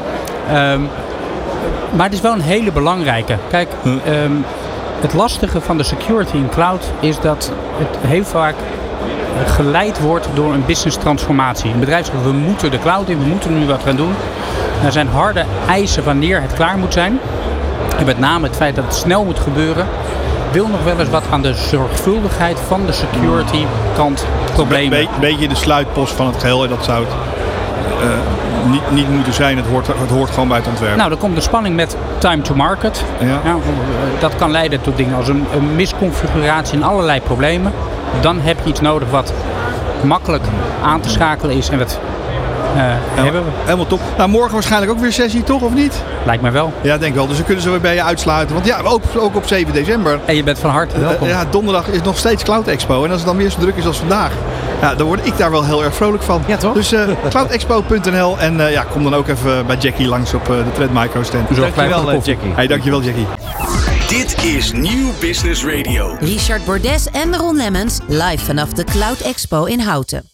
Maar het is wel een hele belangrijke. Kijk, het lastige van de security in cloud is dat het heel vaak geleid wordt door een business transformatie. Een bedrijf zegt, we moeten de cloud in, we moeten er nu wat gaan doen. Er zijn harde eisen wanneer het klaar moet zijn. En met name het feit dat het snel moet gebeuren, wil nog wel eens wat aan de zorgvuldigheid van de security kant problemen. Een beetje de sluitpost van het geheel en dat zou het niet moeten zijn. Het hoort gewoon bij het ontwerp. Nou, dan komt de spanning met time to market. Ja. Ja, dat kan leiden tot dingen als een misconfiguratie en allerlei problemen. Dan heb je iets nodig wat makkelijk aan te schakelen is en wat hebben we. Helemaal top. Nou, morgen waarschijnlijk ook weer sessie, toch? Of niet? Lijkt mij wel. Ja, denk wel. Dus we kunnen ze weer bij je uitsluiten. Want ja, ook op 7 december. En je bent van harte welkom. Donderdag is nog steeds Cloud Expo. En als het dan weer zo druk is als vandaag, dan word ik daar wel heel erg vrolijk van. Ja, toch? Dus cloudexpo.nl en kom dan ook even bij Jackie langs op de Trend Micro stand. Dankjewel, Jackie. Hey, dankjewel, Jackie. Dit is Nieuw Business Radio. Richard Bordes en Ron Lemmens live vanaf de Cloud Expo in Houten.